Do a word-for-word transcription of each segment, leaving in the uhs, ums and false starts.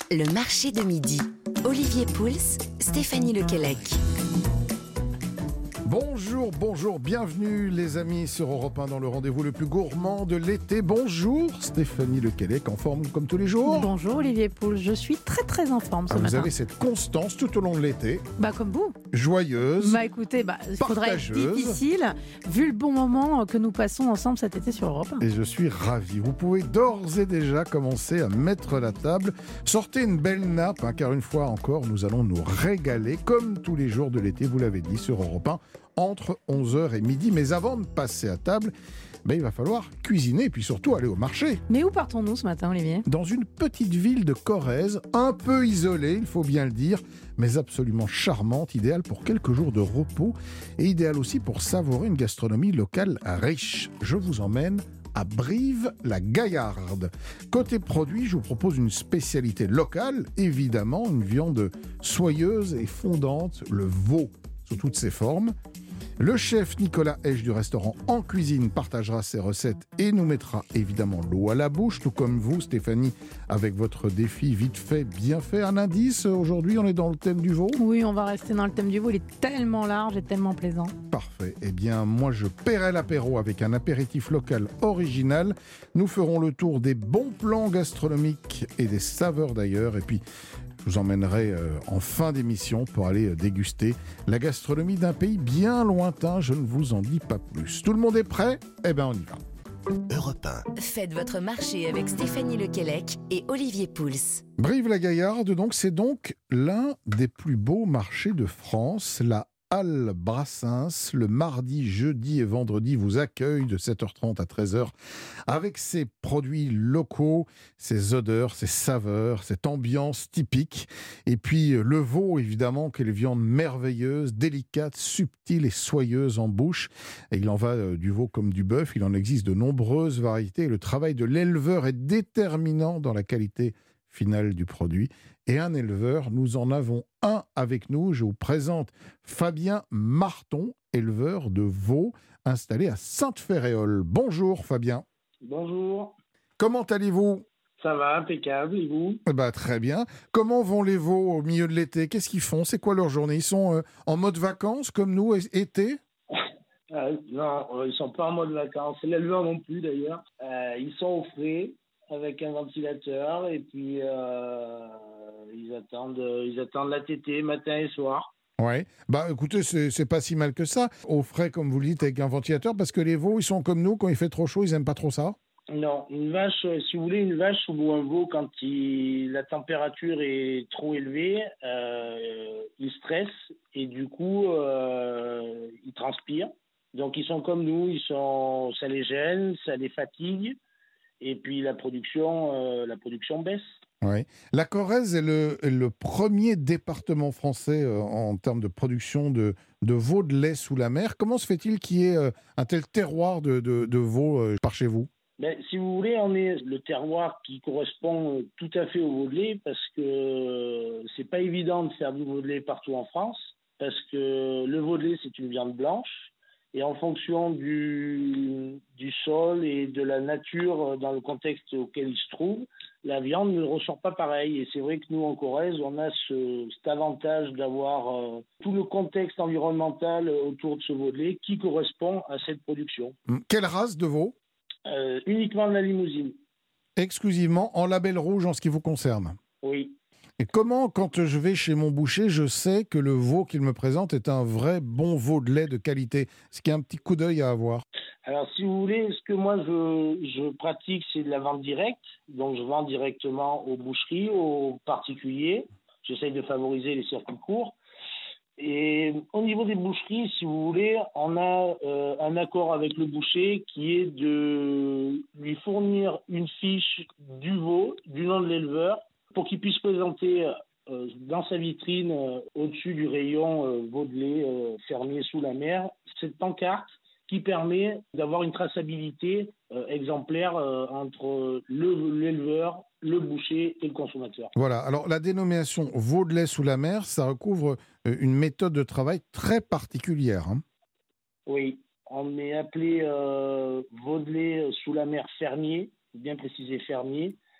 Le marché de midi. Olivier Pouls, Stéphanie Lequelec. Bonjour, bonjour, bienvenue les amis sur Europe un dans le rendez-vous le plus gourmand de l'été. Bonjour Stéphanie Lequelec, en forme comme tous les jours. Bonjour Olivier Pouls, je suis très très en forme ce ah, matin. Vous avez cette constance tout au long de l'été. Bah comme vous. Joyeuse. Bah écoutez, bah, il faudrait être difficile vu le bon moment que nous passons ensemble cet été sur Europe un. Et je suis ravi. Vous pouvez d'ores et déjà commencer à mettre la table. Sortez une belle nappe, hein, car une fois encore, nous allons nous régaler comme tous les jours de l'été, vous l'avez dit, sur Europe un. Entre onze heures et midi. Mais avant de passer à table, ben, il va falloir cuisiner et puis surtout aller au marché. Mais où partons-nous ce matin, Olivier ? Dans une petite ville de Corrèze, un peu isolée, il faut bien le dire, mais absolument charmante, idéale pour quelques jours de repos et idéale aussi pour savourer une gastronomie locale riche. Je vous emmène à Brive-la-Gaillarde. Côté produit, je vous propose une spécialité locale, évidemment, une viande soyeuse et fondante, le veau sous toutes ses formes. Le chef Nicolas Hesch du restaurant En Cuisine partagera ses recettes et nous mettra évidemment l'eau à la bouche, tout comme vous, Stéphanie, avec votre défi vite fait, bien fait. Un indice, aujourd'hui, on est dans le thème du veau ? Oui, on va rester dans le thème du veau, il est tellement large et tellement plaisant. Parfait. Eh bien, moi, je paierai l'apéro avec un apéritif local original. Nous ferons le tour des bons plans gastronomiques et des saveurs d'ailleurs. Et puis, je vous emmènerai euh, en fin d'émission pour aller euh, déguster la gastronomie d'un pays bien lointain. Je ne vous en dis pas plus. Tout le monde est prêt ? Eh bien, on y va. Europe un. Faites votre marché avec Stéphanie Lequelec et Olivier Pouls. Brive-la-Gaillarde, donc, c'est donc l'un des plus beaux marchés de France. La Halle Brassens, le mardi, jeudi et vendredi, vous accueille de sept heures trente à treize heures avec ses produits locaux, ses odeurs, ses saveurs, cette ambiance typique. Et puis le veau, évidemment, quelle viande merveilleuse, délicate, subtile et soyeuse en bouche. Et il en va euh, du veau comme du bœuf, il en existe de nombreuses variétés. Et le travail de l'éleveur est déterminant dans la qualité finale du produit. Et un éleveur, nous en avons un avec nous. Je vous présente Fabien Marton, éleveur de veaux, installé à Sainte-Féréole. Bonjour Fabien. Bonjour. Comment allez-vous ? Ça va, impeccable, et vous ? Eh ben, très bien. Comment vont les veaux au milieu de l'été ? Qu'est-ce qu'ils font ? C'est quoi leur journée ? Ils sont euh, en mode vacances comme nous, été ? euh, Non, euh, ils sont pas en mode vacances. L'éleveur non plus d'ailleurs. Euh, ils sont au frais avec un ventilateur et puis euh, ils attendent, ils attendent la tétée matin et soir. Ouais. Bah écoutez, c'est, c'est pas si mal que ça. Au frais, comme vous le dites, avec un ventilateur, parce que les veaux, ils sont comme nous, quand il fait trop chaud, ils aiment pas trop ça. Non, une vache, si vous voulez, une vache ou un veau, quand il, la température est trop élevée, euh, il stresse et du coup, euh, il transpire. Donc ils sont comme nous, ils sont, ça les gêne, ça les fatigue. Et puis la production, euh, la production baisse. Ouais. La Corrèze est le, est le premier département français euh, en termes de production de, de veaux de lait sous la mer. Comment se fait-il qu'il y ait euh, un tel terroir de, de, de veaux euh, par chez vous ? Ben, si vous voulez, on est le terroir qui correspond tout à fait au veau de lait parce que c'est pas évident de faire du veau de lait partout en France parce que le veau de lait, c'est une viande blanche. Et en fonction du, du sol et de la nature dans le contexte auquel il se trouve, la viande ne ressort pas pareil. Et c'est vrai que nous, en Corrèze, on a ce, cet avantage d'avoir euh, tout le contexte environnemental autour de ce veau de lait qui correspond à cette production. Quelle race de veau ? euh, Uniquement de la Limousine. Exclusivement en label rouge en ce qui vous concerne ? Oui. Et comment, quand je vais chez mon boucher, je sais que le veau qu'il me présente est un vrai bon veau de lait de qualité ? Est-ce qu'il y a un petit coup d'œil à avoir ? Alors, si vous voulez, ce que moi je, je pratique, c'est de la vente directe. Donc, je vends directement aux boucheries, aux particuliers. J'essaye de favoriser les circuits courts. Et au niveau des boucheries, si vous voulez, on a euh, un accord avec le boucher qui est de lui fournir une fiche du veau, du nom de l'éleveur, pour qu'il puisse présenter euh, dans sa vitrine, euh, au-dessus du rayon euh, veau de lait euh, fermier sous la mer, cette pancarte qui permet d'avoir une traçabilité euh, exemplaire euh, entre le, l'éleveur, le boucher et le consommateur. Voilà, alors la dénomination veau de lait sous la mer, ça recouvre euh, une méthode de travail très particulière. Hein. Oui, on est appelé euh, veau de lait sous la mer fermier, bien précisé fermier.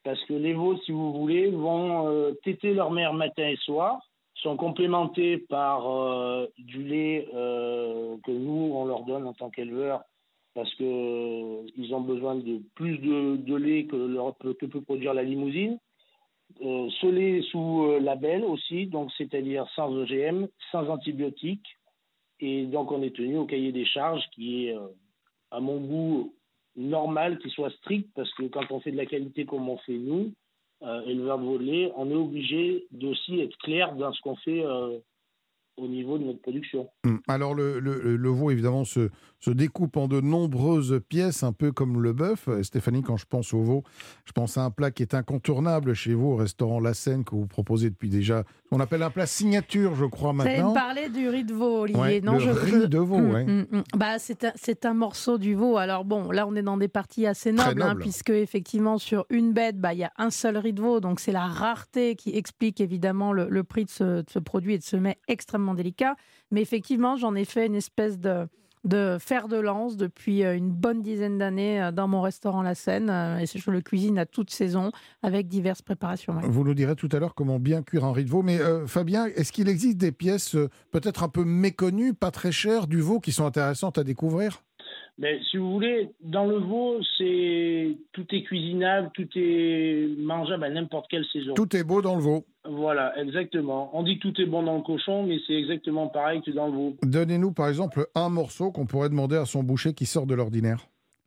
parce que les veaux, si vous voulez, vont euh, téter leur mère matin et soir, sont complémentés par euh, du lait euh, que nous, on leur donne en tant qu'éleveurs, parce qu'ils euh, ont besoin de plus de, de lait que, leur, que peut produire la limousine. Euh, ce lait sous euh, label aussi, donc c'est-à-dire sans O G M, sans antibiotiques. Et donc on est tenu au cahier des charges qui est, euh, à mon goût, normal, qui soit strict, parce que quand on fait de la qualité comme on fait nous, euh, éleveurs de veau de lait, on est obligé d'aussi être clair dans ce qu'on fait euh, au niveau de notre production. Alors le, le, le veau évidemment se, se découpe en de nombreuses pièces, un peu comme le bœuf. Stéphanie, quand je pense au veau, je pense à un plat qui est incontournable chez vous au restaurant La Seine, que vous proposez depuis déjà, on appelle un plat signature, je crois maintenant. Vous allez me parler du riz de veau, Olivier. Ouais, non, le je, riz je... de veau, mmh, ouais. mmh, mmh. Bah, c'est, un, c'est un morceau du veau. Alors bon, là on est dans des parties assez nobles, noble. hein, puisque effectivement sur une bête, bah, il y a un seul riz de veau, donc c'est la rareté qui explique évidemment le, le prix de ce, de ce produit et de ce mets extrêmement délicat. Mais effectivement, j'en ai fait une espèce de, de fer de lance depuis une bonne dizaine d'années dans mon restaurant La Seine. Et je le cuisine à toute saison avec diverses préparations. Ouais. Vous nous direz tout à l'heure comment bien cuire un riz de veau. Mais euh, Fabien, est-ce qu'il existe des pièces euh, peut-être un peu méconnues, pas très chères, du veau qui sont intéressantes à découvrir ? Mais si vous voulez, dans le veau, c'est tout est cuisinable, tout est mangeable à n'importe quelle saison. Tout est beau dans le veau. Voilà, exactement. On dit que tout est bon dans le cochon, mais c'est exactement pareil que dans le veau. Donnez-nous par exemple un morceau qu'on pourrait demander à son boucher qui sort de l'ordinaire.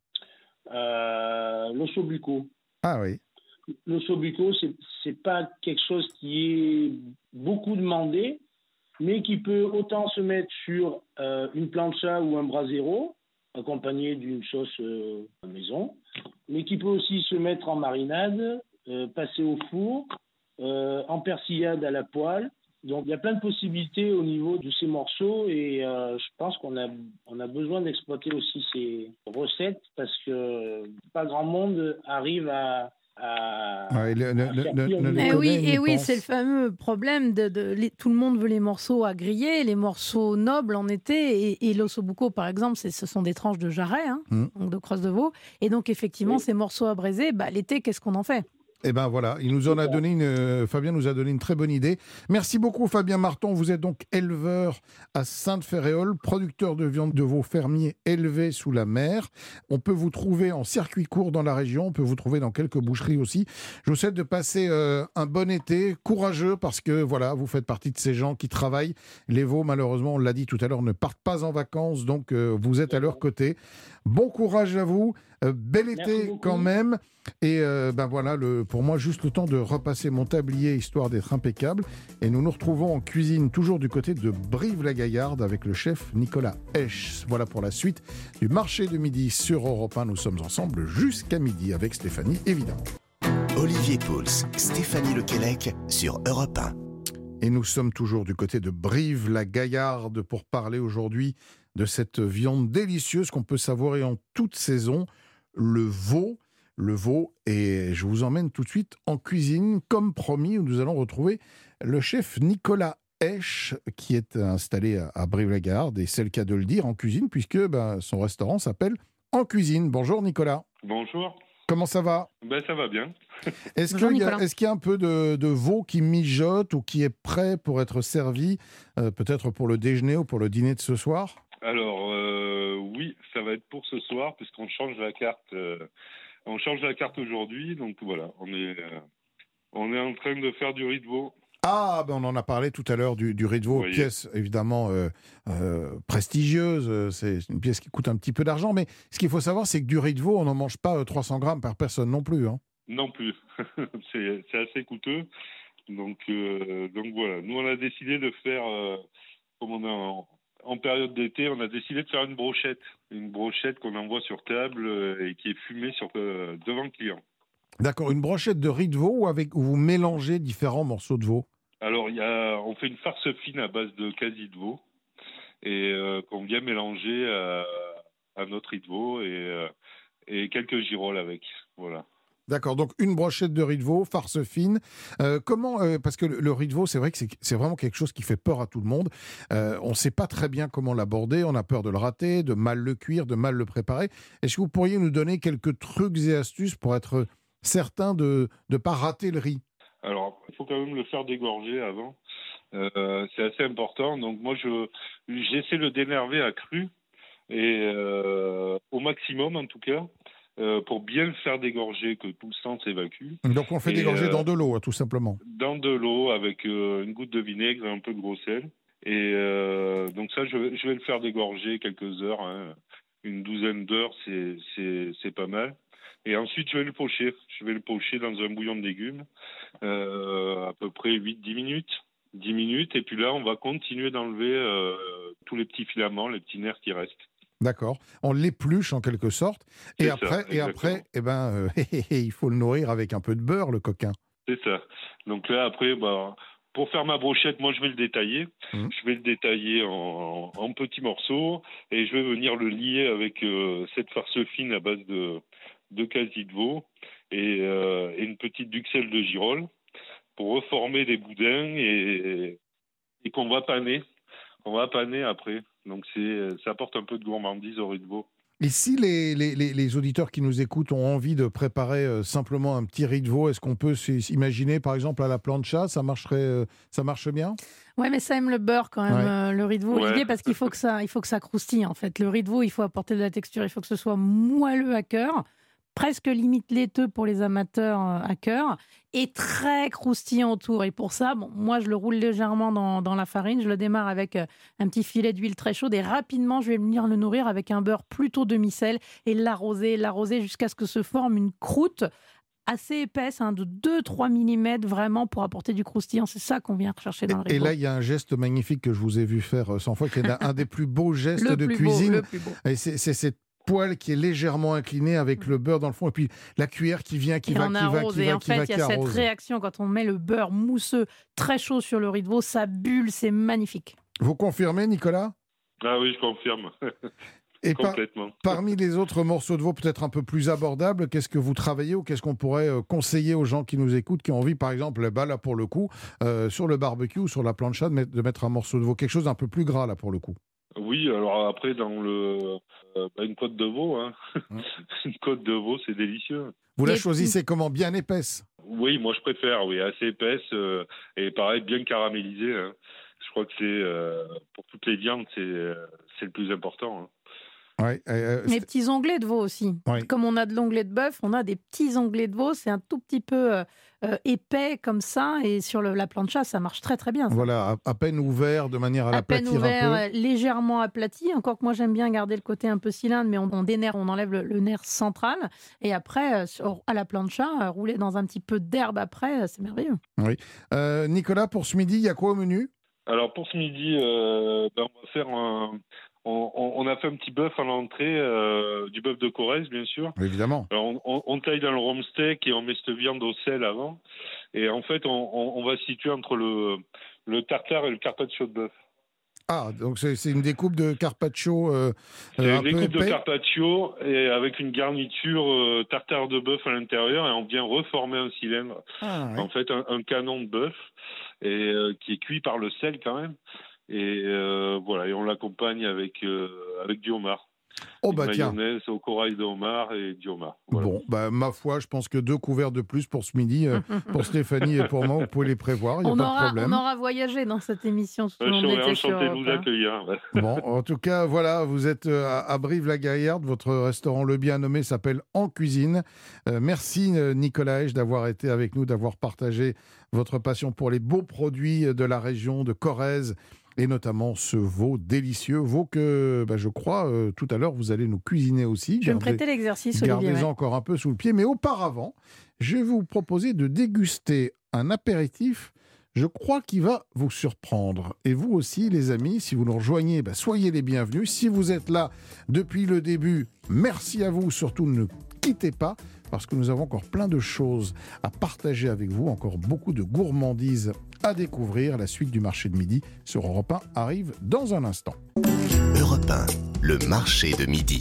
Euh, l'ossobuco. Ah oui. L'ossobuco, c'est c'est pas quelque chose qui est beaucoup demandé, mais qui peut autant se mettre sur euh, une plancha ou un brasero, accompagné d'une sauce euh, maison, mais qui peut aussi se mettre en marinade, euh, passer au four, euh, en persillade à la poêle. Donc il y a plein de possibilités au niveau de ces morceaux et euh, je pense qu'on a, on a besoin d'exploiter aussi ces recettes parce que pas grand monde arrive à... À, ouais, le, le, à faire le, pire le, du le Eh veau. oui, connaît, et il oui, pense. c'est le fameux problème de, de les- tout le monde veut les morceaux à griller, les morceaux nobles en été, et, et l'ossobuco par exemple, c'est, ce sont des tranches de jarret, hein, Mm. donc de crosse de veau, et donc effectivement Oui. ces morceaux à braiser, bah, l'été qu'est-ce qu'on en fait ? Eh bien voilà, il nous en a donné une, euh, Fabien nous a donné une très bonne idée. Merci beaucoup Fabien Marton, vous êtes donc éleveur à Sainte-Féréole, producteur de viande de veau fermier élevé sous la mer. On peut vous trouver en circuit court dans la région, on peut vous trouver dans quelques boucheries aussi. Je vous souhaite de passer euh, un bon été, courageux, parce que voilà, vous faites partie de ces gens qui travaillent. Les veaux, malheureusement, on l'a dit tout à l'heure, ne partent pas en vacances, donc euh, vous êtes à leur côté. Bon courage à vous, euh, bel été quand même. Et euh, ben voilà, le, pour moi, juste le temps de repasser mon tablier, histoire d'être impeccable. Et nous nous retrouvons en cuisine, toujours du côté de Brive-la-Gaillarde, avec le chef Nicolas Esch. Voilà pour la suite du marché de midi sur Europe un. Nous sommes ensemble jusqu'à midi, avec Stéphanie, évidemment. Olivier Pouls, Stéphanie Lequelec sur Europe un. Et nous sommes toujours du côté de Brive-la-Gaillarde pour parler aujourd'hui de cette viande délicieuse qu'on peut savourer en toute saison, le veau. Le veau, et je vous emmène tout de suite en cuisine, comme promis, où nous allons retrouver le chef Nicolas Esch, qui est installé à Brive-la-Gaillarde, et c'est le cas de le dire, en cuisine, puisque ben, son restaurant s'appelle En Cuisine. Bonjour Nicolas. Bonjour. Comment ça va ? Ben, ça va bien. Est-ce Bonjour, qu'il y a, Nicolas. est-ce qu'il y a un peu de, de veau qui mijote ou qui est prêt pour être servi, euh, peut-être pour le déjeuner ou pour le dîner de ce soir ? Alors, euh, oui, ça va être pour ce soir, puisqu'on change la carte. Euh, on change la carte aujourd'hui, donc voilà, on est, euh, on est en train de faire du riz de veau. Ah, ben on en a parlé tout à l'heure du, du riz de veau, Oui. pièce évidemment euh, euh, prestigieuse, euh, c'est une pièce qui coûte un petit peu d'argent, mais ce qu'il faut savoir, c'est que du riz de veau, on n'en mange pas euh, trois cents grammes par personne non plus. Hein. Non plus, c'est, c'est assez coûteux. Donc, euh, donc voilà, nous on a décidé de faire, euh, comme on est en, en période d'été, on a décidé de faire une brochette. Une brochette qu'on envoie sur table euh, et qui est fumée sur, euh, devant le client. D'accord, une brochette de riz de veau ou avec, où vous mélangez différents morceaux de veau ? Alors, il y a, on fait une farce fine à base de quasi de veau et euh, qu'on vient mélanger à, à notre riz de veau et, euh, et quelques girolles avec. Voilà. D'accord, donc une brochette de riz de veau, farce fine. Euh, comment, euh, parce que le, le riz de veau, c'est vrai que c'est, c'est vraiment quelque chose qui fait peur à tout le monde. Euh, on ne sait pas très bien comment l'aborder, on a peur de le rater, de mal le cuire, de mal le préparer. Est-ce que vous pourriez nous donner quelques trucs et astuces pour être certain de ne pas rater le riz. Alors, il faut quand même le faire dégorger avant. Euh, c'est assez important. Donc moi, je j'essaie de le dénerver à cru et euh, au maximum en tout cas. Euh, pour bien le faire dégorger, que tout le sang s'évacue. Donc on fait et, dégorger euh, dans de l'eau, hein, tout simplement. Dans de l'eau, avec euh, une goutte de vinaigre et un peu de gros sel. Et euh, donc ça, je, je vais le faire dégorger quelques heures. Hein. Une douzaine d'heures, c'est, c'est, c'est pas mal. Et ensuite, je vais le pocher. Je vais le pocher dans un bouillon de légumes, euh, à peu près huit à dix minutes. dix minutes, et puis là, on va continuer d'enlever euh, tous les petits filaments, les petits nerfs qui restent. D'accord. On l'épluche en quelque sorte. Et C'est après, ça, et après eh ben, euh, il faut le nourrir avec un peu de beurre, le coquin. C'est ça. Donc là, après, bah, pour faire ma brochette, moi, je vais le détailler. Mmh. Je vais le détailler en, en petits morceaux et je vais venir le lier avec euh, cette farce fine à base de, de quasi de veau et, euh, et une petite duxelle de girolles pour reformer des boudins et, et qu'on va paner. On va paner après. Donc c'est, ça apporte un peu de gourmandise au riz de veau. Et si les, les, les, les auditeurs qui nous écoutent ont envie de préparer euh, simplement un petit riz de veau, est-ce qu'on peut s'imaginer par exemple à la plancha, ça marcherait, euh, ça marche bien? Ouais, mais ça aime le beurre quand même, Ouais. euh, le riz de veau, Ouais. Olivier, parce qu'il faut que ça, il faut que ça croustille en fait. Le riz de veau, il faut apporter de la texture, il faut que ce soit moelleux à cœur, presque limite laiteux pour les amateurs euh, à cœur, et très croustillant autour. Et pour ça, bon, moi je le roule légèrement dans, dans la farine, je le démarre avec euh, un petit filet d'huile très chaude, et rapidement je vais venir le nourrir avec un beurre plutôt demi-sel, et l'arroser, l'arroser jusqu'à ce que se forme une croûte assez épaisse, hein, de deux à trois millimètres, vraiment pour apporter du croustillant. C'est ça qu'on vient rechercher dans le riz Et de veau. là, il y a un geste magnifique que je vous ai vu faire cent fois, qui est un, un des plus beaux gestes Le de plus beau, cuisine. le plus beau. Et c'est, c'est cette poêle qui est légèrement inclinée avec le beurre dans le fond, et puis la cuillère qui vient, qui Et va, on qui va, arrose. qui Et va, en qui va, fait, il y qui a cette arrose. réaction quand on met le beurre mousseux très chaud sur le riz de veau, ça bulle, c'est magnifique. Vous confirmez, Nicolas? Ah oui, je confirme. Et par- Complètement. parmi les autres morceaux de veau peut-être un peu plus abordables, qu'est-ce que vous travaillez ou qu'est-ce qu'on pourrait euh, conseiller aux gens qui nous écoutent, qui ont envie, par exemple, bah, là pour le coup, euh, sur le barbecue ou sur la plancha, de mettre, de mettre un morceau de veau, quelque chose d'un peu plus gras là pour le coup? Oui, alors après, dans le euh, bah, une côte de veau, hein. Mmh. Une côte de veau, c'est délicieux. Vous la Les choisissez comment? Bien épaisse? Oui, moi je préfère, oui, assez épaisse euh, et pareil, bien caramélisée. Hein. Je crois que c'est, euh, pour toutes les viandes, c'est, euh, c'est le plus important. Hein. Ouais, euh, Les petits onglets de veau aussi. Oui. Comme on a de l'onglet de bœuf, on a des petits onglets de veau. C'est un tout petit peu euh, euh, épais comme ça. Et sur le, la plancha, ça marche très très bien. Ça. voilà, à, à peine ouvert de manière à À peine l'aplatir ouvert, un peu. euh, légèrement aplati. Encore que moi, j'aime bien garder le côté un peu cylindre, mais on, on dénerve, on enlève le, le nerf central. Et après, euh, sur- à la plancha, euh, rouler dans un petit peu d'herbe après, euh, c'est merveilleux. Euh, Nicolas, pour ce midi, il y a quoi au menu? Alors pour ce midi, euh, ben, on va faire un. On, on- on a fait un petit bœuf à l'entrée, euh, du bœuf de Corrèze, bien sûr. Évidemment. Alors, on, on- on taille dans le rhum steak et on met cette viande au sel avant. Et en fait, on, on- on va se situer entre le, le tartare et le carpaccio de bœuf. Ah, donc c'est c'est une découpe de carpaccio euh, C'est euh, un des peu coupes de épais. carpaccio et avec une garniture euh, tartare de bœuf à l'intérieur et on vient reformer un cylindre. Ah, ouais. En fait, un, un canon de bœuf et euh, qui est cuit par le sel quand même. Et euh, voilà, et on l'accompagne avec euh, avec du homard. Oh Une bah tiens. mayonnaise au corail de homard et du homard. Voilà. Bon, bah, ma foi, je pense que deux couverts de plus pour ce midi, euh, pour Stéphanie et pour moi, vous pouvez les prévoir, il n'y a On pas de aura, problème. on aura voyagé dans cette émission. tout Euh, au long je de serais l'été sur enchanté de Europe vous un. accueillir. Ouais. Bon, en tout cas, voilà, vous êtes euh, à, à Brive-la-Gaillarde, votre restaurant le bien nommé s'appelle En Cuisine. Euh, merci euh, Nicolas Hesch d'avoir été avec nous, d'avoir partagé votre passion pour les beaux produits de la région de Corrèze et notamment ce veau délicieux, veau que bah, je crois euh, tout à l'heure vous allez nous cuisiner aussi. Je vais me Gardez- prêter l'exercice, Olivier. Gardez-en ouais. encore un peu sous le pied. Mais auparavant, je vais vous proposer de déguster un apéritif, je crois qu'il va vous surprendre. Et vous aussi, les amis, si vous nous rejoignez, bah, soyez les bienvenus. Si vous êtes là depuis le début, merci à vous. Surtout, ne quittez pas, parce que nous avons encore plein de choses à partager avec vous, encore beaucoup de gourmandises à découvrir. La suite du marché de midi sur Europe un arrive dans un instant. Europe un, le marché de midi.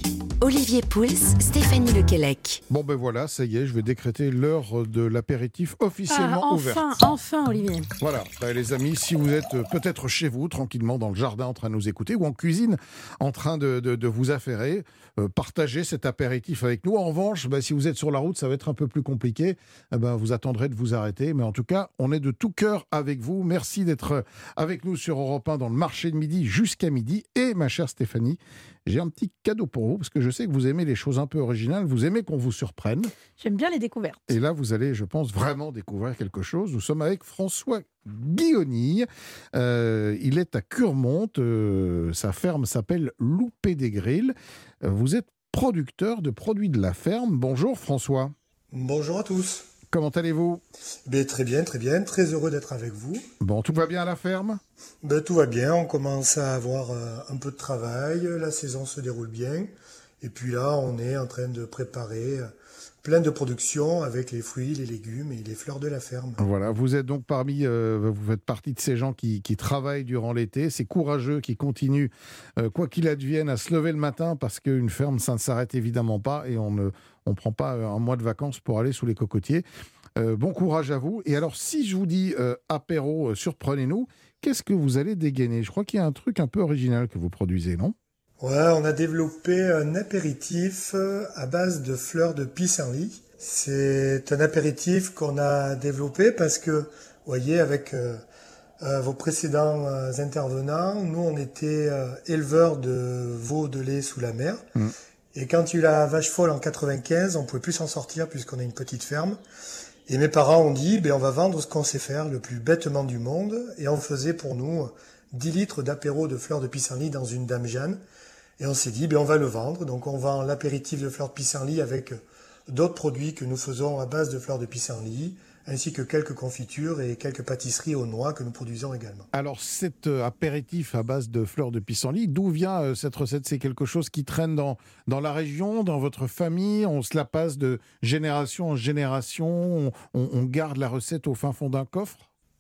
Olivier Pouls, Stéphanie Lequelec. Bon ben voilà, ça y est, je vais décréter l'heure de l'apéritif officiellement ah, ouverte. Enfin, enfin Olivier. Voilà, ben, les amis, si vous êtes peut-être chez vous, tranquillement dans le jardin en train de nous écouter, ou en cuisine en train de, de, de vous affairer, euh, partagez cet apéritif avec nous. En revanche, ben, si vous êtes sur la route, ça va être un peu plus compliqué. Eh ben, vous attendrez de vous arrêter. Mais en tout cas, on est de tout cœur avec vous. Merci d'être avec nous sur Europe un dans le marché de midi jusqu'à midi. Et ma chère Stéphanie, j'ai un petit cadeau pour vous, parce que je sais que vous aimez les choses un peu originales, vous aimez qu'on vous surprenne. J'aime bien les découvertes. Et là, vous allez, je pense, vraiment découvrir quelque chose. Nous sommes avec François Guillonille. Euh, il est à Curmont. Euh, sa ferme s'appelle Loupé des Grilles. Euh, vous êtes producteur de produits de la ferme. Bonjour François. Bonjour à tous. Comment allez-vous ? Ben, très bien, très bien. Très heureux d'être avec vous. Bon, tout va bien à la ferme ? Ben, tout va bien. On commence à avoir euh, un peu de travail. La saison se déroule bien. Et puis là, on est en train de préparer euh, plein de productions avec les fruits, les légumes et les fleurs de la ferme. Voilà, vous êtes donc parmi, euh, vous faites partie de ces gens qui, qui travaillent durant l'été, ces courageux qui continuent, euh, quoi qu'il advienne, à se lever le matin parce qu'une ferme, ça ne s'arrête évidemment pas et on ne on prend pas un mois de vacances pour aller sous les cocotiers. Euh, bon courage à vous. Et alors, si je vous dis euh, apéro, euh, surprenez-nous, qu'est-ce que vous allez dégainer ? Je crois qu'il y a un truc un peu original que vous produisez, non ? Ouais, on a développé un apéritif à base de fleurs de pissenlit. C'est un apéritif qu'on a développé parce que, vous voyez, avec euh, euh, vos précédents euh, intervenants, nous, on était euh, éleveurs de veaux de lait sous la mer. Mmh. Et quand il y a eu la vache folle en quatre-vingt-quinze, on pouvait plus s'en sortir puisqu'on a une petite ferme. Et mes parents ont dit, ben, on va vendre ce qu'on sait faire le plus bêtement du monde. Et on faisait pour nous dix litres d'apéro de fleurs de pissenlit dans une Dame Jeanne. Et on s'est dit, ben on va le vendre. Donc on vend l'apéritif de fleurs de pissenlit avec d'autres produits que nous faisons à base de fleurs de pissenlit, ainsi que quelques confitures et quelques pâtisseries aux noix que nous produisons également. Alors cet euh, apéritif à base de fleurs de pissenlit, d'où vient euh, cette recette ? C'est quelque chose qui traîne dans, dans la région, dans votre famille ? On se la passe de génération en génération ? On, on, on garde la recette au fin fond d'un coffre ?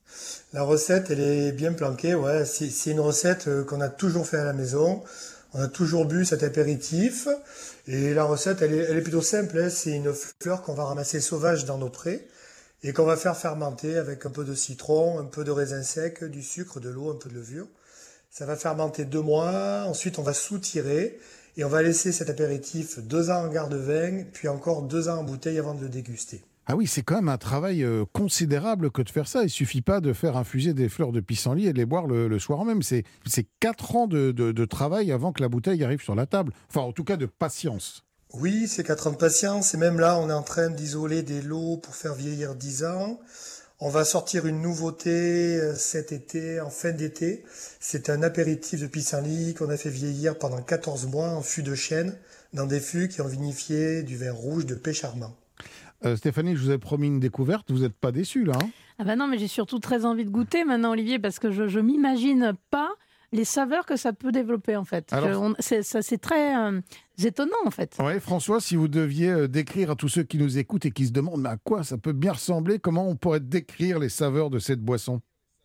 La recette, elle est bien planquée. Ouais. C'est, c'est une recette qu'on a toujours fait à la maison. On a toujours bu cet apéritif et la recette, elle est, elle est plutôt simple. Hein. C'est une fleur qu'on va ramasser sauvage dans nos prés et qu'on va faire fermenter avec un peu de citron, un peu de raisin sec, du sucre, de l'eau, un peu de levure. Ça va fermenter deux mois. Ensuite, on va soutirer et on va laisser cet apéritif deux ans en garde-vin, puis encore deux ans en bouteille avant de le déguster. Ah oui, c'est quand même un travail euh, considérable que de faire ça. Il ne suffit pas de faire infuser des fleurs de pissenlit et de les boire le, le soir même. C'est, c'est quatre ans de, de, de travail avant que la bouteille arrive sur la table. Enfin, en tout cas, de patience. Oui, c'est quatre ans de patience. Et même là, on est en train d'isoler des lots pour faire vieillir dix ans. On va sortir une nouveauté cet été, en fin d'été. C'est un apéritif de pissenlit qu'on a fait vieillir pendant quatorze mois en fût de chêne, dans des fûts qui ont vinifié du vin rouge de Pécharmant. Euh, Stéphanie, je vous ai promis une découverte, vous n'êtes pas déçue là hein ? Ah bah non, mais j'ai surtout très envie de goûter maintenant, Olivier, parce que je ne m'imagine pas les saveurs que ça peut développer en fait. Alors, je, on, c'est, ça, c'est très euh, étonnant en fait. Oui, François, si vous deviez euh, décrire à tous ceux qui nous écoutent et qui se demandent mais à quoi ça peut bien ressembler, comment on pourrait décrire les saveurs de cette boisson ?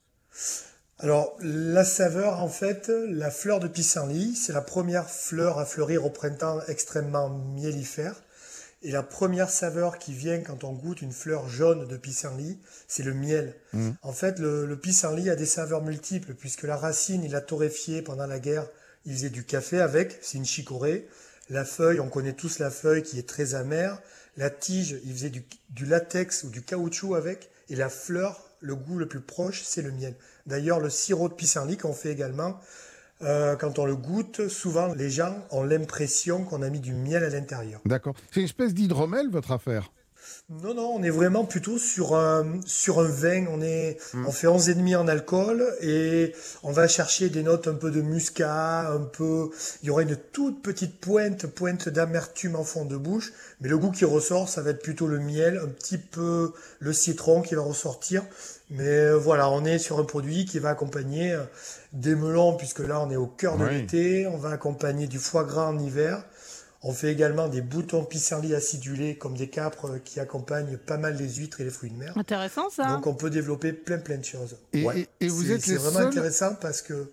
Alors, la saveur, en fait, la fleur de pissenlit, c'est la première fleur à fleurir au printemps extrêmement miellifère. Et la première saveur qui vient quand on goûte une fleur jaune de pissenlit, c'est le miel. Mmh. En fait, le, le pissenlit a des saveurs multiples, puisque la racine, il a torréfié pendant la guerre, il faisait du café avec, c'est une chicorée. La feuille, on connaît tous la feuille qui est très amère. La tige, il faisait du, du latex ou du caoutchouc avec. Et la fleur, le goût le plus proche, c'est le miel. D'ailleurs, le sirop de pissenlit qu'on fait également, Euh, quand on le goûte, souvent les gens ont l'impression qu'on a mis du miel à l'intérieur. D'accord. C'est une espèce d'hydromel, votre affaire ? Non, non, on est vraiment plutôt sur un, sur un vin. On, est, mmh. on fait onze virgule cinq en alcool et on va chercher des notes un peu de muscat, un peu... Il y aura une toute petite pointe, pointe d'amertume en fond de bouche, mais le goût qui ressort, ça va être plutôt le miel, un petit peu le citron qui va ressortir. Mais voilà, on est sur un produit qui va accompagner des melons, puisque là, on est au cœur de oui. l'été. On va accompagner du foie gras en hiver. On fait également des boutons pissenlit acidulés, comme des capres qui accompagnent pas mal les huîtres et les fruits de mer. Intéressant, ça. Donc, on peut développer plein, plein de choses. Et, ouais. et, et vous c'est, êtes c'est les vraiment seuls... intéressant parce que...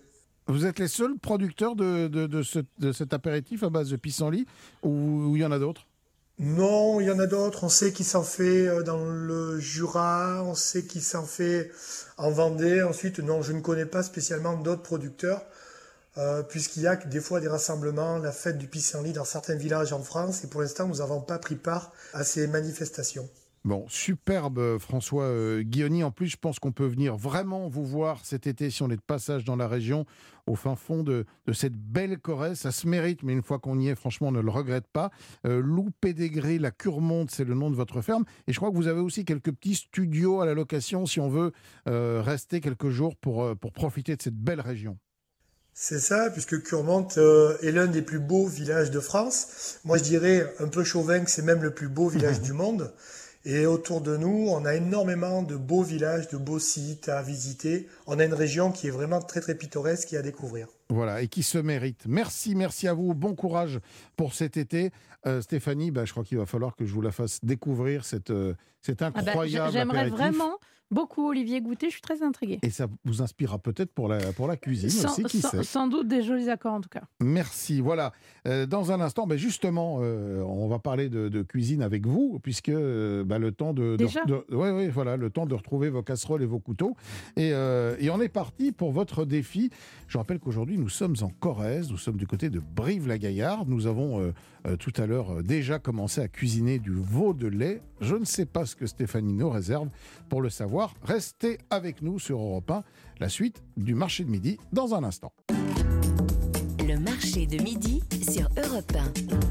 Vous êtes les seuls producteurs de, de, de, ce, de cet apéritif à base de pissenlit ou il y en a d'autres? Non, il y en a d'autres. On sait qu'il s'en fait dans le Jura, on sait qu'il s'en fait en Vendée. Ensuite, non, je ne connais pas spécialement d'autres producteurs, euh, puisqu'il y a des fois des rassemblements, la fête du pissenlit dans certains villages en France. Et pour l'instant, nous n'avons pas pris part à ces manifestations. Bon, superbe François euh, Guilloni. En plus, je pense qu'on peut venir vraiment vous voir cet été si on est de passage dans la région, au fin fond de, de cette belle Corrèze. Ça se mérite, mais une fois qu'on y est, franchement, on ne le regrette pas. Euh, Loup Pédégré, la Curmonde, c'est le nom de votre ferme. Et je crois que vous avez aussi quelques petits studios à la location si on veut euh, rester quelques jours pour, euh, pour profiter de cette belle région. C'est ça, puisque Curmonde euh, est l'un des plus beaux villages de France. Moi, je dirais un peu chauvin que c'est même le plus beau village du monde. Et autour de nous, on a énormément de beaux villages, de beaux sites à visiter. On a une région qui est vraiment très très pittoresque et à découvrir. Voilà, et qui se mérite. Merci, merci à vous. Bon courage pour cet été. Euh, Stéphanie, bah, je crois qu'il va falloir que je vous la fasse découvrir, cette, euh, cet incroyable ah bah, J'aimerais apéritif. vraiment beaucoup, Olivier, goûter. Je suis très intriguée. Et ça vous inspirera peut-être pour la, pour la cuisine sans, aussi, qui sans, sait. Sans doute des jolis accords, en tout cas. Merci. Voilà. Euh, dans un instant, bah, justement, euh, on va parler de, de cuisine avec vous, puisque euh, bah, le temps de, Déjà de, de ouais, ouais, voilà, le temps de retrouver vos casseroles et vos couteaux. Et, euh, et on est parti pour votre défi. Je rappelle qu'aujourd'hui, nous sommes en Corrèze. Nous sommes du côté de Brive-la-Gaillarde. Nous avons euh, euh, tout à l'heure euh, déjà commencé à cuisiner du veau de lait. Je ne sais pas ce que Stéphanie nous réserve. Pour le savoir, restez avec nous sur Europe un. La suite du marché de midi dans un instant. Le marché de midi sur Europe un.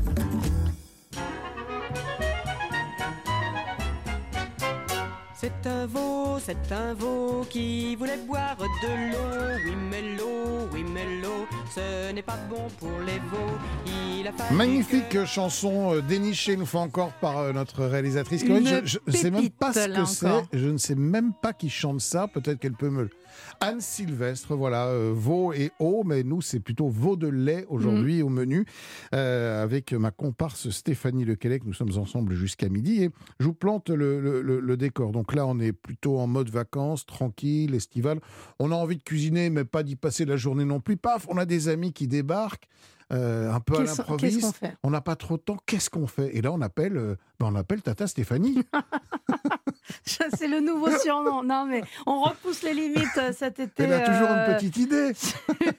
C'est un veau, c'est un veau qui voulait boire de l'eau. Oui mais l'eau, oui mais l'eau, ce n'est pas bon pour les veaux. Il a fallu Magnifique que... chanson euh, dénichée une fois encore par euh, notre réalisatrice. Une Corinne, je ne sais même pas ce pépite, là que c'est. encore. Je ne sais même pas qui chante ça. Peut-être qu'elle peut me le... Anne Sylvestre, voilà, euh, veau et eau, mais nous c'est plutôt veau de lait aujourd'hui au menu. Euh, avec ma comparse Stéphanie Lequelec, nous sommes ensemble jusqu'à midi et je vous plante le, le, le, le décor. Donc là on est plutôt en mode vacances, tranquille, estival. On a envie de cuisiner mais pas d'y passer la journée non plus. Paf, on a des amis qui débarquent. Euh, un peu à Qu'est-ce- l'improviste. qu'est-ce qu'on fait On n'a pas trop de temps. Qu'est-ce qu'on fait? Et là, on appelle, euh, ben, on appelle Tata Stéphanie. Ça, c'est le nouveau surnom. Non, mais on repousse les limites euh, cet été. Elle a toujours euh, une petite idée. sur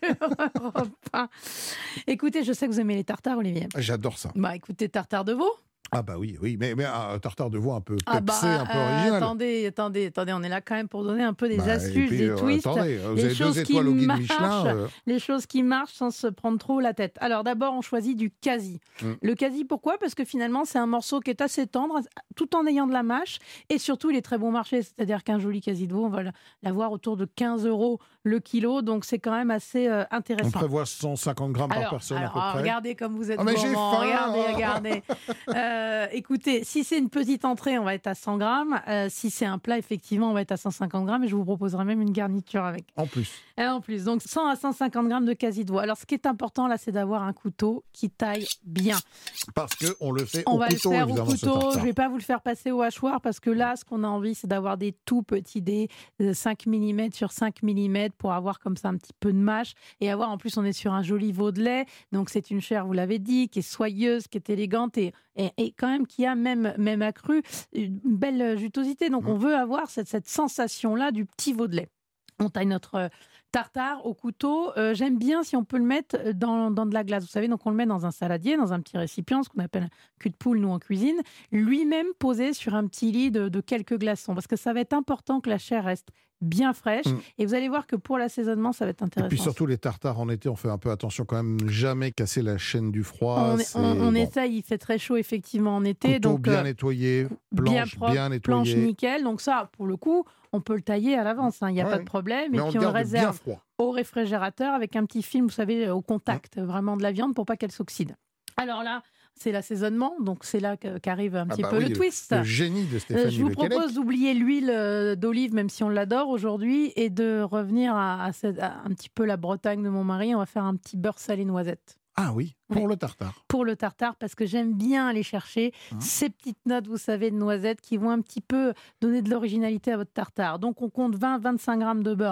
Europe un. Écoutez, je sais que vous aimez les tartares, Olivier. J'adore ça. Bah, écoutez, tartare de veau. Ah bah oui, oui, mais, mais un tartare de veau un peu Ah pepsé, bah, un peu euh, original. attendez, attendez, attendez, on est là quand même pour donner un peu des Bah, et astuces, puis, des euh, twists, attendez, vous les avez choses deux qui étoiles au guide marchent. Michelin. euh, les choses qui marchent sans se prendre trop la tête. Alors d'abord, on choisit du quasi. Mm. Le quasi, pourquoi? Parce que finalement, c'est un morceau qui est assez tendre, tout en ayant de la mâche, et surtout, il est très bon marché. C'est-à-dire qu'un joli quasi de veau, on va l'avoir autour de quinze euros le kilo, donc c'est quand même assez euh, on intéressant. prévoit cent cinquante grammes par Alors, personne alors, à peu près. regardez comme vous êtes Ah, mais j'ai gourmand, faim. regardez, regardez. Euh, écoutez, si c'est une petite entrée, on va être à cent grammes. Euh, si c'est un plat, effectivement, on va être à cent cinquante grammes et je vous proposerai même une garniture avec. En plus. Et en plus, donc cent à cent cinquante grammes de quasi de veau. Alors, ce qui est important là, c'est d'avoir un couteau qui taille bien. Parce qu'on le fait On au va couteau, le faire au évidemment, ce couteau. tartare. Je ne vais pas vous le faire passer au hachoir parce que là, ce qu'on a envie, c'est d'avoir des tout petits dés, de cinq millimètres sur cinq millimètres pour avoir comme ça un petit peu de mâche et avoir, en plus, on est sur un joli veau de lait. Donc, c'est une chair, vous l'avez dit, qui est soyeuse, qui est élégante et, et, et quand même qui a même, même accru une belle jutosité. Donc, Mmh. on veut avoir cette, cette sensation-là du petit veau de lait. On taille notre tartare au couteau. Euh, j'aime bien si on peut le mettre dans, dans de la glace. Vous savez, donc on le met dans un saladier, dans un petit récipient, ce qu'on appelle un cul de poule, nous, en cuisine. Lui-même posé sur un petit lit de, de quelques glaçons. Parce que ça va être important que la chair reste bien fraîche. Mm. Et vous allez voir que pour l'assaisonnement, ça va être Et intéressant. puis surtout les tartares en été, on fait un peu attention quand même, jamais casser la chaîne du froid. on, c'est- on- on bon. essaye, il fait très chaud effectivement en été. Couteau donc, bien euh, nettoyé, bien planche propre, bien planche nettoyée. nickel. Donc ça, pour le coup, on peut le tailler à l'avance, il n'y a Ouais, pas de problème. Mais et on puis le on le garde bien réserve froid. au réfrigérateur avec un petit film, vous savez, au contact vraiment de la viande pour pas qu'elle s'oxyde. Alors là, c'est l'assaisonnement, donc c'est là que- qu'arrive un Ah petit bah peu oui, le twist. Le génie de Euh, Stéphanie je vous Lequelec. propose d'oublier l'huile euh, d'olive, même si on l'adore aujourd'hui, et de revenir à, à cette- à un petit peu la Bretagne de mon mari. On va faire un petit beurre salé noisette Ah oui, pour Oui. le tartare. pour le tartare, parce que j'aime bien aller chercher Hein. ces petites notes, vous savez, de noisettes qui vont un petit peu donner de l'originalité à votre tartare. Donc on compte vingt à vingt-cinq grammes de beurre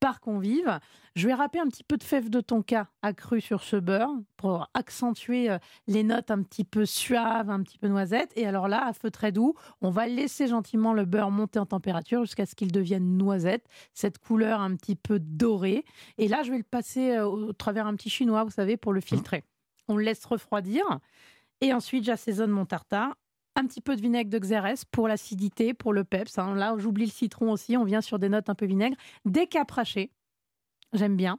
par convive. Je vais râper un petit peu de fève de tonka accrue sur ce beurre pour accentuer euh, les notes un petit peu suaves, un petit peu noisettes. Et alors là, à feu très doux, on va laisser gentiment le beurre monter en température jusqu'à ce qu'il devienne noisette, cette couleur un petit peu dorée. Et là, je vais le passer euh, au travers un petit chinois, vous savez, pour le filtrer. On le laisse refroidir. Et ensuite, j'assaisonne mon tartare. Un petit peu de vinaigre de Xérès pour l'acidité, pour le peps. Hein. Là, j'oublie le citron aussi. On vient sur des notes un peu vinaigre. Des capres hachés. J'aime bien.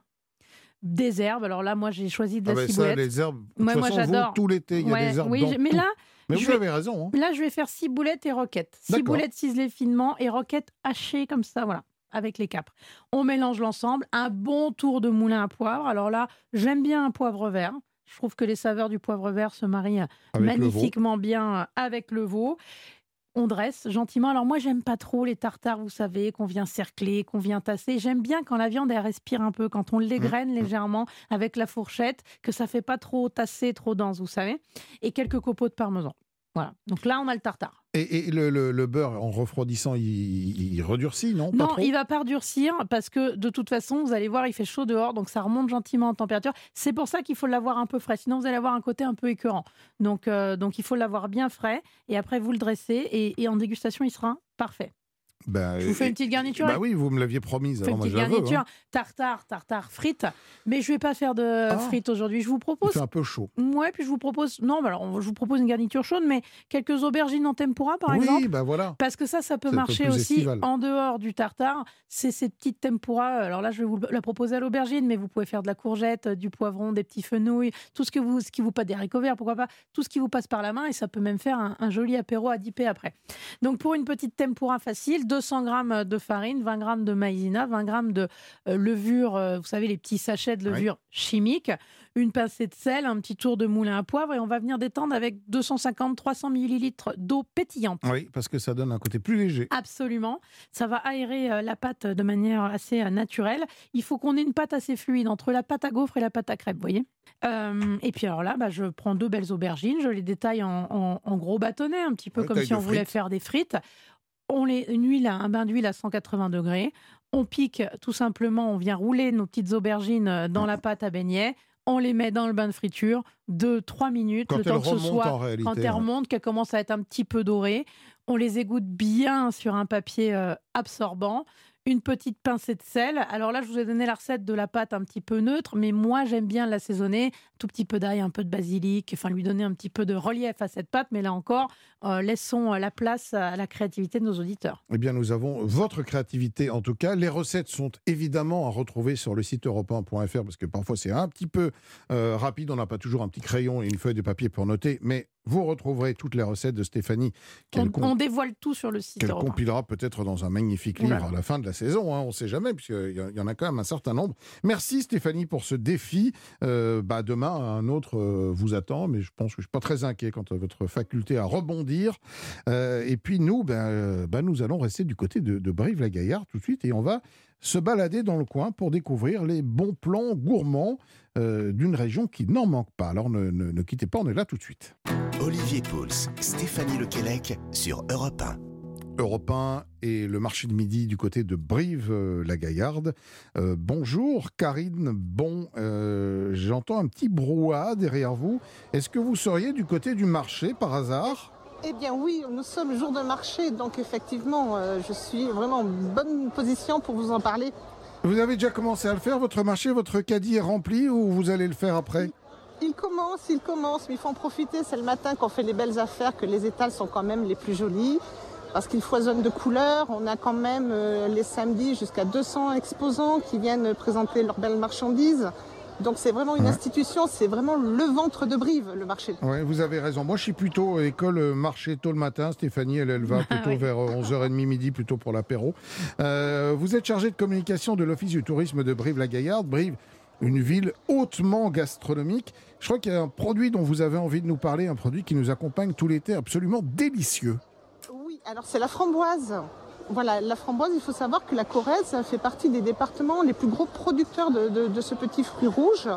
Des herbes. Alors là, moi, j'ai choisi de la ah ben ciboulette. Ça, les herbes, de ouais, toute moi, façon, j'adore. Vous, tout l'été, il y a ouais, des herbes oui, dans mais tout. là, mais vous vais... avez raison. Hein. Là, je vais faire ciboulette et roquette. Ciboulette ciselée finement et roquette hachée comme ça, voilà, avec les capres. On mélange l'ensemble. Un bon tour de moulin à poivre. Alors là, j'aime bien un poivre vert. Je trouve que les saveurs du poivre vert se marient avec magnifiquement bien avec le veau. On dresse gentiment. Alors moi, j'aime pas trop les tartares, vous savez, qu'on vient cercler, qu'on vient tasser. J'aime bien quand la viande, elle respire un peu, quand on l'égrène mmh. légèrement avec la fourchette, que ça fait pas trop tasser, trop dense, vous savez. Et quelques copeaux de parmesan. Voilà. Donc là, on a le tartare. Et, et le, le, le beurre, en refroidissant, il, il redurcit, non? Non, pas trop il va pas redurcir parce que de toute façon, vous allez voir, il fait chaud dehors, donc ça remonte gentiment en température. C'est pour ça qu'il faut l'avoir un peu frais, sinon vous allez avoir un côté un peu écœurant. Donc, euh, donc il faut l'avoir bien frais et après vous le dressez et, et en dégustation, il sera parfait. Ben, je vous fais une petite garniture. Bah oui, vous me l'aviez promise. Je fais une petite moi, garniture, hein. tartare, tartare, frites. Mais je ne vais pas faire de ah, frites aujourd'hui. Je vous propose. C'est un peu chaud. Ouais, puis je vous propose. Non, bah alors, je vous propose une garniture chaude, mais quelques aubergines en tempura, par oui, exemple. Oui, ben voilà. Parce que ça, ça peut marcher aussi estival. En dehors du tartare. C'est ces petites tempura. Alors là, je vais vous la proposer à l'aubergine, mais vous pouvez faire de la courgette, du poivron, des petits fenouils, tout ce que vous, ce qui vous passe, des haricots verts, pourquoi pas, tout ce qui vous passe par la main, et ça peut même faire un, un joli apéro à dipper après. Donc pour une petite tempura facile, deux cents grammes de de farine, vingt grammes de maïzena, vingt grammes de euh, levure, euh, vous savez, les petits sachets de levure oui. chimique, une pincée de sel, un petit tour de moulin à poivre et on va venir détendre avec deux cent cinquante à trois cents millilitres d'eau pétillante. Oui, parce que ça donne un côté plus léger. Absolument. Ça va aérer euh, la pâte de manière assez euh, naturelle. Il faut qu'on ait une pâte assez fluide entre la pâte à gaufre et la pâte à crêpes, vous voyez. Euh, et puis alors là, bah, je prends deux belles aubergines, je les détaille en, en, en gros bâtonnets, un petit peu ouais, comme si on frites. voulait faire des frites. On les, une huile, un bain d'huile à cent quatre-vingts degrés. On pique tout simplement, on vient rouler nos petites aubergines dans la pâte à beignets. On les met dans le bain de friture, deux trois minutes, quand le temps que ce soit, réalité, quand elles remontent, qu'elles commencent à être un petit peu dorées. On les égoutte bien sur un papier euh, absorbant. Une petite pincée de sel. Alors là, je vous ai donné la recette de la pâte un petit peu neutre, mais moi, j'aime bien l'assaisonner. Tout petit peu d'ail, un peu de basilic, enfin lui donner un petit peu de relief à cette pâte. Mais là encore, euh, laissons la place à la créativité de nos auditeurs. Eh bien, nous avons votre créativité en tout cas. Les recettes sont évidemment à retrouver sur le site europe un point f r parce que parfois c'est un petit peu euh, rapide. On n'a pas toujours un petit crayon et une feuille de papier pour noter, mais vous retrouverez toutes les recettes de Stéphanie. On, comp- on dévoile tout sur le site. Qu'elle compilera peut-être dans un magnifique livre voilà. à la fin de la saison. Hein, on ne sait jamais, puisqu'il y, y en a quand même un certain nombre. Merci Stéphanie pour ce défi. Euh, bah, demain, un autre euh, vous attend, mais je pense que je ne suis pas très inquiet quant à votre faculté à rebondir. Euh, et puis nous, bah, euh, bah, nous allons rester du côté de, de Brive-la-Gaillarde tout de suite et on va se balader dans le coin pour découvrir les bons plans gourmands euh, d'une région qui n'en manque pas. Alors ne, ne, ne quittez pas, on est là tout de suite. Olivier Pouls, Stéphanie Lequelec sur Europe un. Europe un et le marché de midi du côté de Brive-la-Gaillarde. Euh, bonjour Karine, bon, euh, j'entends un petit brouhaha derrière vous. Est-ce que vous seriez du côté du marché par hasard ? Eh bien oui, nous sommes jour de marché, donc effectivement, euh, je suis vraiment en bonne position pour vous en parler. Vous avez déjà commencé à le faire, votre marché, votre caddie est rempli ou vous allez le faire après ? Il commence, il commence, mais il faut en profiter, c'est le matin qu'on fait les belles affaires, que les étals sont quand même les plus jolis, parce qu'ils foisonnent de couleurs. On a quand même euh, les samedis jusqu'à deux cents exposants qui viennent présenter leurs belles marchandises. Donc c'est vraiment une ouais. institution, c'est vraiment le ventre de Brive, le marché. Oui, vous avez raison. Moi, je suis plutôt école marché tôt le matin. Stéphanie, elle, elle va plutôt oui. vers onze heures trente midi, plutôt pour l'apéro. Euh, vous êtes chargée de communication de l'Office du tourisme de Brive-la-Gaillarde. Brive, une ville hautement gastronomique. Je crois qu'il y a un produit dont vous avez envie de nous parler, un produit qui nous accompagne tout l'été, absolument délicieux. Oui, alors c'est la framboise. Voilà, la framboise, il faut savoir que la Corrèze fait partie des départements les plus gros producteurs de, de, de ce petit fruit rouge.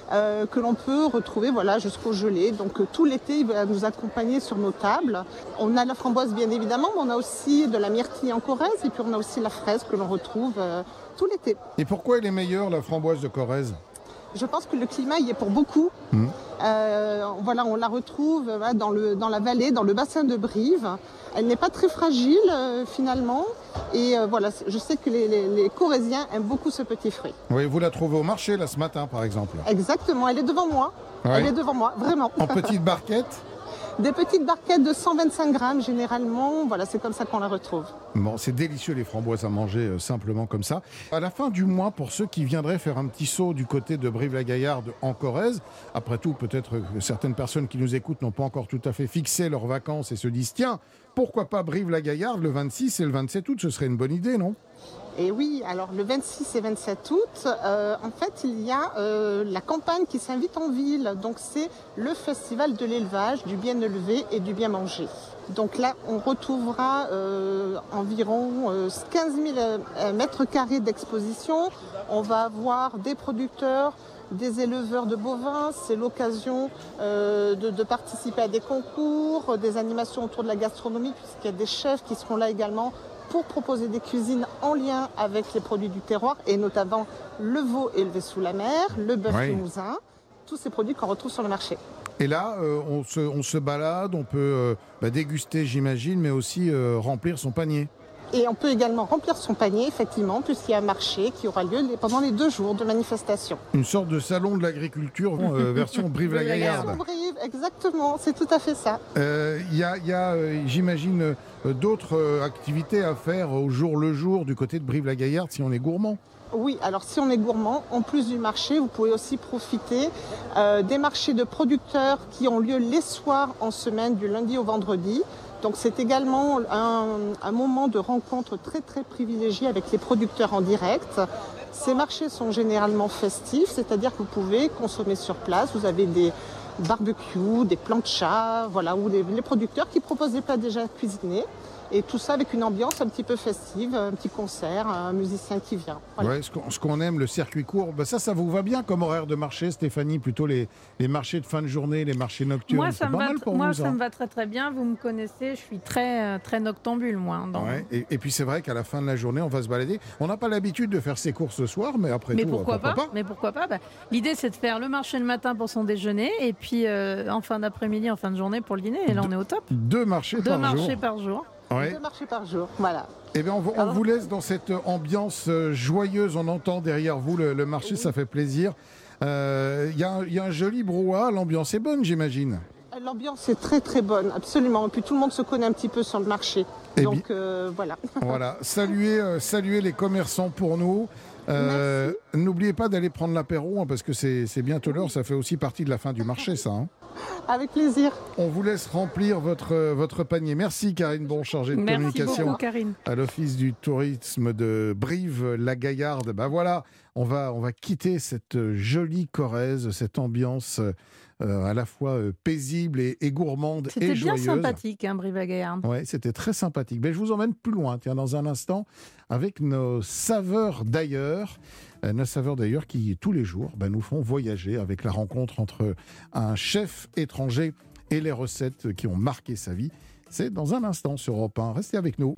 euh, que l'on peut retrouver voilà, jusqu'au gelé. Donc euh, tout l'été, il va nous accompagner sur nos tables. On a la framboise bien évidemment, mais on a aussi de la myrtille en Corrèze et puis on a aussi la fraise que l'on retrouve euh, tout l'été. Et pourquoi elle est meilleure, la framboise de Corrèze ? Je pense que le climat y est pour beaucoup. Mmh. Euh, voilà, on la retrouve voilà, dans, le, dans la vallée, dans le bassin de Brive. Elle n'est pas très fragile euh, finalement. Et euh, voilà, je sais que les, les, les Corréziens aiment beaucoup ce petit fruit. Oui, vous la trouvez au marché là ce matin par exemple. Exactement, elle est devant moi. Ouais. Elle est devant moi, vraiment. En petite barquette ? Des petites barquettes de cent vingt-cinq grammes généralement, voilà, c'est comme ça qu'on la retrouve. Bon, c'est délicieux les framboises à manger euh, simplement comme ça. À la fin du mois, pour ceux qui viendraient faire un petit saut du côté de Brive-la-Gaillarde en Corrèze, après tout, peut-être que certaines personnes qui nous écoutent n'ont pas encore tout à fait fixé leurs vacances et se disent tiens, pourquoi pas Brive-la-Gaillarde le vingt-six et le vingt-sept août, ce serait une bonne idée, non ? Et oui, alors le vingt-six et vingt-sept août, euh, en fait, il y a euh, la campagne qui s'invite en ville. Donc c'est le festival de l'élevage, du bien élevé et du bien manger. Donc là, on retrouvera euh, environ euh, quinze mille euh, mètres carrés d'exposition. On va avoir des producteurs, des éleveurs de bovins. C'est l'occasion euh, de, de participer à des concours, des animations autour de la gastronomie, puisqu'il y a des chefs qui seront là également pour proposer des cuisines en lien avec les produits du terroir, et notamment le veau élevé sous la mer, le bœuf oui. limousin, tous ces produits qu'on retrouve sur le marché. Et là, euh, on, se, on se balade, on peut euh, bah, déguster, j'imagine, mais aussi euh, remplir son panier. Et on peut également remplir son panier, effectivement, puisqu'il y a un marché qui aura lieu pendant les deux jours de manifestation. Une sorte de salon de l'agriculture, euh, version Brive-la-Gaillarde. Version Brive, exactement, c'est tout à fait ça. Il euh, y a, y a euh, j'imagine, euh, d'autres euh, activités à faire au jour le jour du côté de Brive-la-Gaillarde si on est gourmand. Oui, alors si on est gourmand, en plus du marché, vous pouvez aussi profiter euh, des marchés de producteurs qui ont lieu les soirs en semaine, du lundi au vendredi. Donc c'est également un, un moment de rencontre très très privilégié avec les producteurs en direct. Ces marchés sont généralement festifs, c'est-à-dire que vous pouvez consommer sur place. Vous avez des barbecues, des planchas, voilà, ou les, les producteurs qui proposent des plats déjà cuisinés. Et tout ça avec une ambiance un petit peu festive, un petit concert, un musicien qui vient. Voilà. Ouais, ce, qu'on, ce qu'on aime, le circuit court, ben ça, ça vous va bien comme horaire de marché, Stéphanie, plutôt les, les marchés de fin de journée, les marchés nocturnes. Moi, ça, me va, pour moi vous, ça, ça me va très très bien. Vous me connaissez, je suis très, très noctambule, moi. Dans... Ouais, et, et puis c'est vrai qu'à la fin de la journée, on va se balader. On n'a pas l'habitude de faire ses courses ce soir, mais après mais tout, pourquoi, pourquoi pas, pas Mais pourquoi pas bah, l'idée, c'est de faire le marché le matin pour son déjeuner, et puis euh, en fin d'après-midi, en fin de journée pour le dîner. Et là, on est au top. Deux marchés Deux par marchés jour. par jour. Ouais. Deux marchés par jour, voilà. Eh bien, on, on vous laisse dans cette ambiance joyeuse. On entend derrière vous le, le marché, oui. Ça fait plaisir. Il euh, y, y a un joli brouhaha. L'ambiance est bonne, j'imagine. L'ambiance est très très bonne, absolument. Et puis tout le monde se connaît un petit peu sur le marché. Et Donc bi- euh, voilà. Voilà. Saluez, euh, saluez les commerçants pour nous. Euh, n'oubliez pas d'aller prendre l'apéro hein, parce que c'est, c'est bientôt l'heure. Ça fait aussi partie de la fin du marché, ça. Hein. Avec plaisir. On vous laisse remplir votre, votre panier. Merci Karine Bon, chargée de Merci communication beaucoup, Karine. À l'Office du tourisme de Brive-la-Gaillarde. Ben voilà, on va, on va quitter cette jolie Corrèze, cette ambiance euh, à la fois euh, paisible et, et gourmande c'était et joyeuse. C'était bien sympathique, hein, Brive-la-Gaillarde. Oui, c'était très sympathique. Ben, je vous emmène plus loin, tiens, dans un instant, avec nos saveurs d'ailleurs. Nos saveurs d'ailleurs qui, tous les jours, ben, nous font voyager avec la rencontre entre un chef étranger et les recettes qui ont marqué sa vie. C'est dans un instant sur Europe un. Restez avec nous.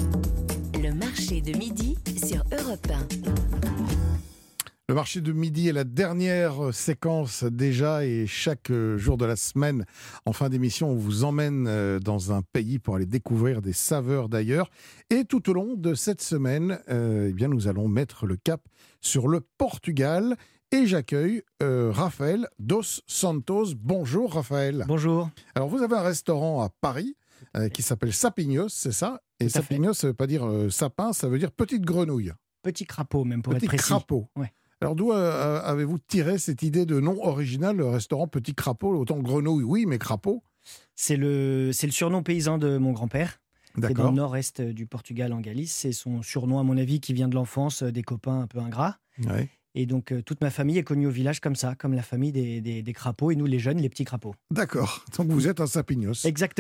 Le marché de midi sur Europe un. Le marché de midi est la dernière séquence déjà et chaque jour de la semaine, en fin d'émission, on vous emmène dans un pays pour aller découvrir des saveurs d'ailleurs. Et tout au long de cette semaine, euh, eh bien, nous allons mettre le cap sur le Portugal. Et j'accueille euh, Raphaël dos Santos. Bonjour Raphaël. Bonjour. Alors vous avez un restaurant à Paris euh, qui s'appelle Sapinhos, c'est ça? Et Sapinhos, ça ne veut pas dire euh, sapin, ça veut dire petite grenouille. Petit crapaud même pour petit être précis. Petit crapaud. Ouais. Alors d'où euh, avez-vous tiré cette idée de nom original, le restaurant Petit Crapaud? Autant grenouille, oui, mais crapaud? C'est le, c'est le surnom paysan de mon grand-père. D'accord. Qui est dans le nord-est du Portugal, en Galice. C'est son surnom, à mon avis, qui vient de l'enfance, des copains un peu ingrats. Ouais. Et donc, euh, toute ma famille est connue au village comme ça, comme la famille des, des, des crapauds, et nous, les jeunes, les petits crapauds. D'accord. Donc, vous êtes un Sapinhos. Exactement.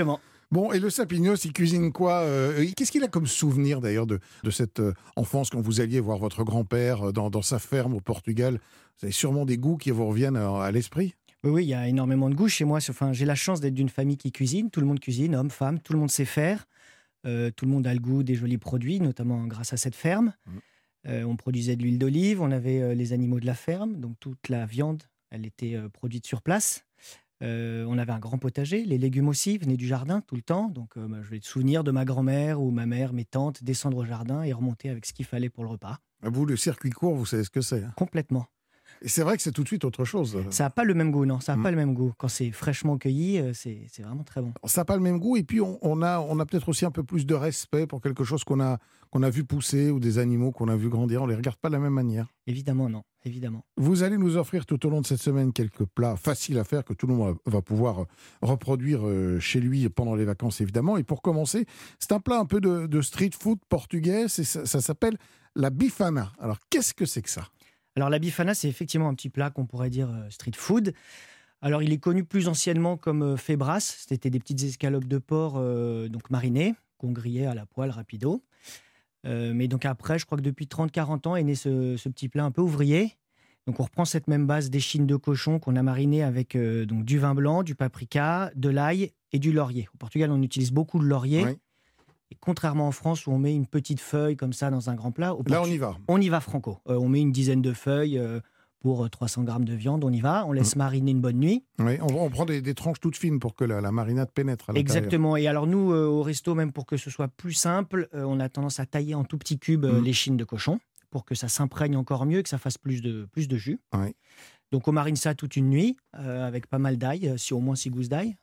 Bon, et le Sapignos, il cuisine quoi euh, Qu'est-ce qu'il a comme souvenir d'ailleurs de, de cette euh, enfance quand vous alliez voir votre grand-père dans, dans sa ferme au Portugal? Vous avez sûrement des goûts qui vous reviennent à, à l'esprit? Oui, oui, il y a énormément de goûts chez moi. Enfin, j'ai la chance d'être d'une famille qui cuisine. Tout le monde cuisine, hommes, femmes, tout le monde sait faire. Euh, tout le monde a le goût des jolis produits, notamment grâce à cette ferme. Mmh. Euh, on produisait de l'huile d'olive, on avait euh, les animaux de la ferme, donc toute la viande, elle était euh, produite sur place. Euh, on avait un grand potager, les légumes aussi venaient du jardin tout le temps. Donc euh, bah, je vais te souvenir de ma grand-mère ou ma mère, mes tantes, descendre au jardin et remonter avec ce qu'il fallait pour le repas. Vous, le circuit court, vous savez ce que c'est, hein? Complètement. Et c'est vrai que c'est tout de suite autre chose. Ça n'a pas le même goût, non, ça n'a mmh. pas le même goût. Quand c'est fraîchement cueilli, c'est, c'est vraiment très bon. Ça n'a pas le même goût, et puis on, on a, on a peut-être aussi un peu plus de respect pour quelque chose qu'on a, qu'on a vu pousser, ou des animaux qu'on a vu grandir. On ne les regarde pas de la même manière. Évidemment, non, évidemment. Vous allez nous offrir tout au long de cette semaine quelques plats faciles à faire que tout le monde va pouvoir reproduire chez lui pendant les vacances, évidemment. Et pour commencer, c'est un plat un peu de, de street food portugais, c'est, ça, ça s'appelle la bifana. Alors, qu'est-ce que c'est que ça ? Alors la bifana, c'est effectivement un petit plat qu'on pourrait dire euh, street food. Alors il est connu plus anciennement comme euh, febras. C'était des petites escalopes de porc euh, donc marinées qu'on grillait à la poêle rapido. Euh, mais donc après, je crois que depuis trente à quarante ans est né ce, ce petit plat un peu ouvrier. Donc on reprend cette même base d'échine de cochon qu'on a mariné avec euh, donc du vin blanc, du paprika, de l'ail et du laurier. Au Portugal, on utilise beaucoup le laurier. Oui. Et contrairement en France où on met une petite feuille comme ça dans un grand plat, au là Portu- on y va. On y va franco. Euh, on met une dizaine de feuilles euh, pour trois cents grammes de viande, on y va. On laisse mmh. mariner une bonne nuit. Oui, on, on prend des, des tranches toutes fines pour que la, la marinade pénètre à l'intérieur. Exactement. Et alors nous, euh, au resto, même pour que ce soit plus simple, euh, on a tendance à tailler en tout petits cubes euh, mmh. l'échine de cochon pour que ça s'imprègne encore mieux, que ça fasse plus de, plus de jus. Oui. Donc on marine ça toute une nuit euh, avec pas mal d'ail, si au moins six gousses d'ail.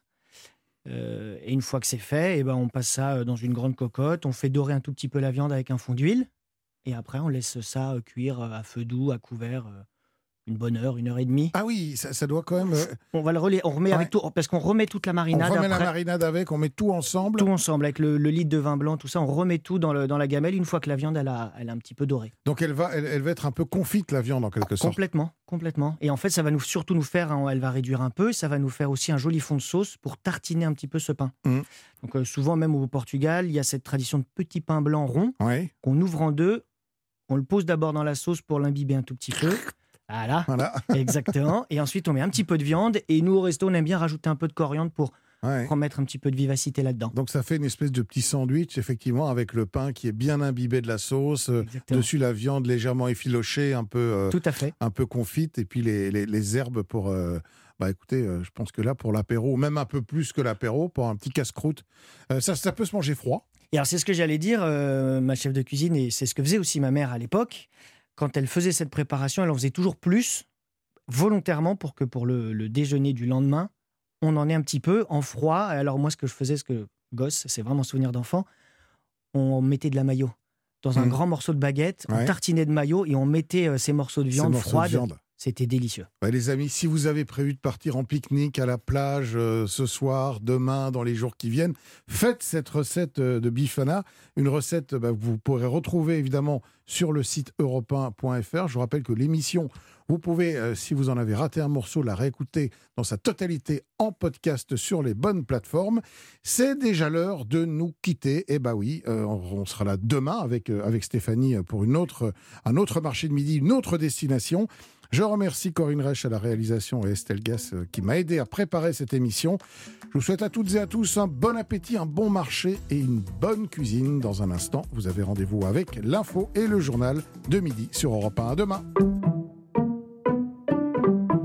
Euh, et une fois que c'est fait, eh ben, on passe ça dans une grande cocotte, on fait dorer un tout petit peu la viande avec un fond d'huile, et après on laisse ça cuire à feu doux, à couvert, une bonne heure, une heure et demie. Ah oui, ça, ça doit quand même... Euh... On va le relais, on remet ouais. avec tout, parce qu'on remet toute la marinade. On remet après, la marinade avec, on met tout ensemble. Tout ensemble, avec le, le litre de vin blanc, tout ça, on remet tout dans, le, dans la gamelle une fois que la viande elle a, elle a un petit peu doré. Donc elle va, elle, elle va être un peu confite, la viande, en quelque sorte. Complètement, complètement. Et en fait, ça va nous, surtout nous faire, hein, elle va réduire un peu, ça va nous faire aussi un joli fond de sauce pour tartiner un petit peu ce pain. Mmh. Donc euh, souvent, même au Portugal, il y a cette tradition de petit pain blanc rond ouais. qu'on ouvre en deux, on le pose d'abord dans la sauce pour l'imbiber un tout petit peu. Voilà, voilà. Exactement. Et ensuite, on met un petit peu de viande. Et nous, au resto, on aime bien rajouter un peu de coriandre pour ouais. remettre un petit peu de vivacité là-dedans. Donc, ça fait une espèce de petit sandwich, effectivement, avec le pain qui est bien imbibé de la sauce. Exactement. Dessus, la viande légèrement effilochée, un peu, euh, Tout à fait. un peu confite. Et puis, les, les, les herbes pour... Euh, bah écoutez, euh, je pense que là, pour l'apéro, même un peu plus que l'apéro, pour un petit casse-croûte, euh, ça, ça peut se manger froid. Et alors, c'est ce que j'allais dire, euh, ma chef de cuisine, et c'est ce que faisait aussi ma mère à l'époque. Quand elle faisait cette préparation, elle en faisait toujours plus, volontairement, pour que pour le, le déjeuner du lendemain, on en ait un petit peu en froid. Alors moi, ce que je faisais, ce que gosse, c'est vraiment souvenir d'enfant, on mettait de la mayo dans mmh. un grand morceau de baguette, ouais. on tartinait de mayo et on mettait euh, ces morceaux de viande froide. C'était délicieux. Bah les amis, si vous avez prévu de partir en pique-nique à la plage euh, ce soir, demain, dans les jours qui viennent, faites cette recette euh, de bifana. Une recette bah, que vous pourrez retrouver évidemment sur le site europe un point f r. Je vous rappelle que l'émission, vous pouvez, euh, si vous en avez raté un morceau, la réécouter dans sa totalité en podcast sur les bonnes plateformes. C'est déjà l'heure de nous quitter. Et bah oui, euh, on sera là demain avec, euh, avec Stéphanie pour une autre, un autre marché de midi, une autre destination. Je remercie Corinne Reich à la réalisation et Estelle Gass qui m'a aidé à préparer cette émission. Je vous souhaite à toutes et à tous un bon appétit, un bon marché et une bonne cuisine. Dans un instant, vous avez rendez-vous avec l'info et le journal de midi sur Europe un. À demain.